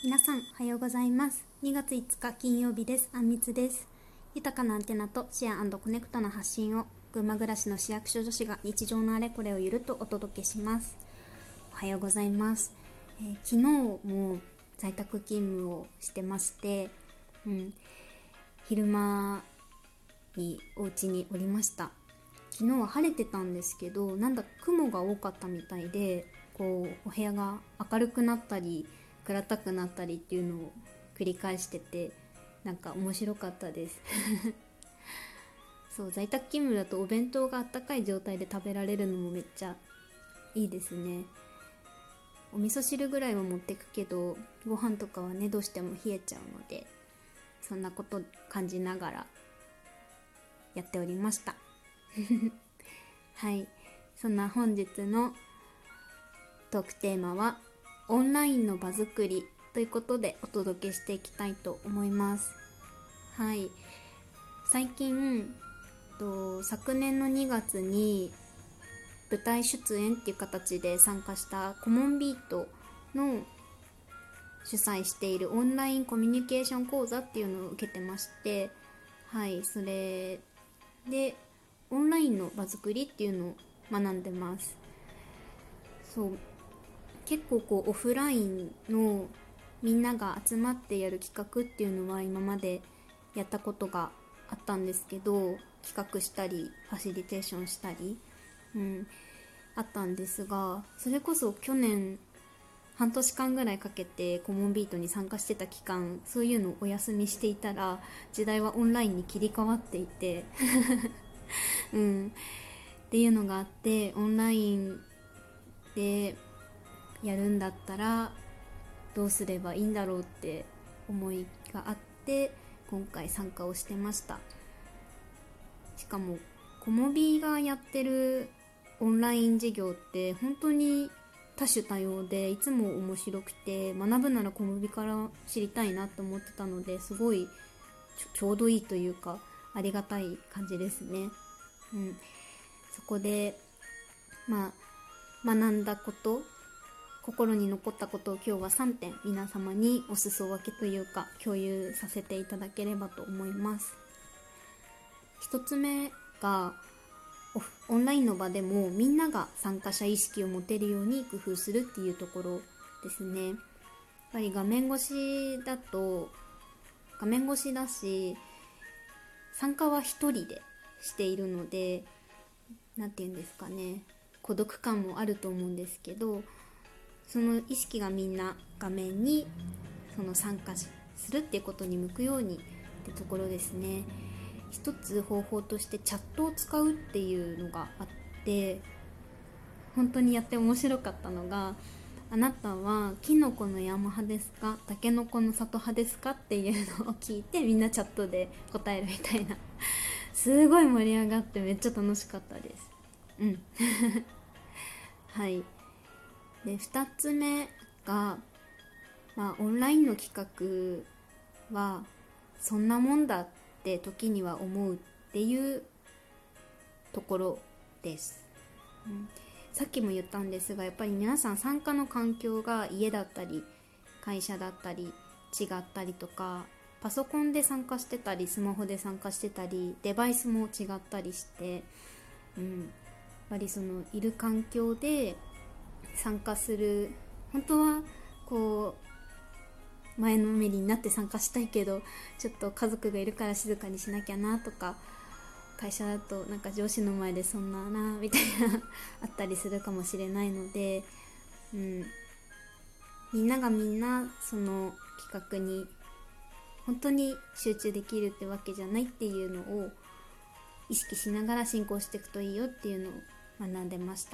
皆さんおはようございます。2月5日金曜日です。あんみつです。豊かなアンテナとシェア&コネクトな発信を群馬暮らしの市役所女子が日常のあれこれをゆるっとお届けします。おはようございます。昨日も在宅勤務をしてまして、昼間にお家におりました。昨日は晴れてたんですけど、なんだか雲が多かったみたいで、お部屋が明るくなったり暗たくなったりっていうのを繰り返してて、なんか面白かったですそう、在宅勤務だとお弁当があったかい状態で食べられるのもめっちゃいいですね。お味噌汁ぐらいは持ってくけど、ご飯とかはねどうしても冷えちゃうので、そんなこと感じながらやっておりましたはい、そんな本日のトークテーマはオンラインの場作りということでお届けしていきたいと思います。はい、最近昨年の2月に舞台出演っていう形で参加したコモンビートの主催しているオンラインコミュニケーション講座っていうのを受けてまして、はい、それでオンラインの場作りっていうのを学んでます。そう、結構オフラインのみんなが集まってやる企画っていうのは今までやったことがあったんですけど、企画したりファシリテーションしたり、あったんですが、それこそ去年半年間ぐらいかけてコモンビートに参加してた期間、そういうのをお休みしていたら時代はオンラインに切り替わっていてっていうのがあって、オンラインでやるんだったらどうすればいいんだろうって思いがあって、今回参加をしてました。しかもコモビがやってるオンライン授業って本当に多種多様で、いつも面白くて、学ぶならコモビから知りたいなと思ってたので、すごいちょうどいいというかありがたい感じですね。そこで学んだこと、心に残ったことを今日は3点皆様にお裾分けというか共有させていただければと思います。1つ目がオンラインの場でもみんなが参加者意識を持てるように工夫するっていうところですね。やっぱり画面越しだし、参加は一人でしているので、なんていうんですかね、孤独感もあると思うんですけど、その意識がみんな画面にその参加するっていうことに向くようにってところですね。一つ方法としてチャットを使うっていうのがあって、本当にやって面白かったのが、あなたはキノコの山派ですか、タケノコの里派ですかっていうのを聞いて、みんなチャットで答えるみたいなすごい盛り上がってめっちゃ楽しかったです。はい。で、2つ目が、オンラインの企画はそんなもんだって時には思うっていうところです。さっきも言ったんですが、やっぱり皆さん参加の環境が家だったり会社だったり違ったりとか、パソコンで参加してたりスマホで参加してたりデバイスも違ったりして、やっぱりそのいる環境で参加する、本当は前のめりになって参加したいけど、ちょっと家族がいるから静かにしなきゃなとか、会社だとなんか上司の前でそんななみたいなあったりするかもしれないので、みんながみんなその企画に本当に集中できるってわけじゃないっていうのを意識しながら進行していくといいよっていうのを学んでました。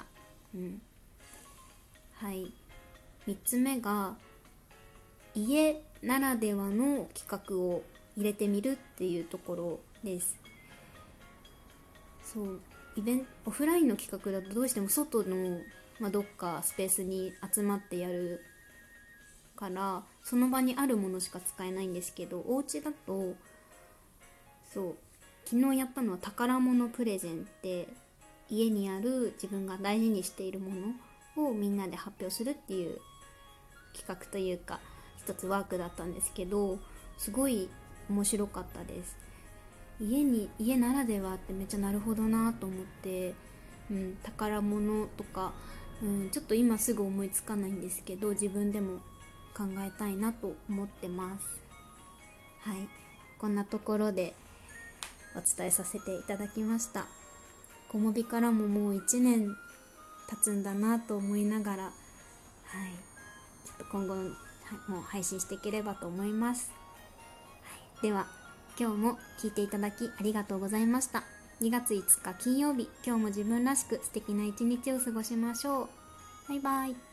はい。3つ目が家ならではの企画を入れてみるっていうところです。そう、オフラインの企画だとどうしても外の、どっかスペースに集まってやるからその場にあるものしか使えないんですけど、お家だと昨日やったのは宝物プレゼンって、家にある自分が大事にしているものをみんなで発表するっていう企画というか一つワークだったんですけど、すごい面白かったです。家ならではってめっちゃなるほどなと思って、宝物とか、ちょっと今すぐ思いつかないんですけど、自分でも考えたいなと思ってます。はい、こんなところでお伝えさせていただきました。こもびからももう1年経つんだなと思いながら、ちょっと今後も配信していければと思います。では今日も聞いていただきありがとうございました。2月5日金曜日、今日も自分らしく素敵な一日を過ごしましょう。バイバイ。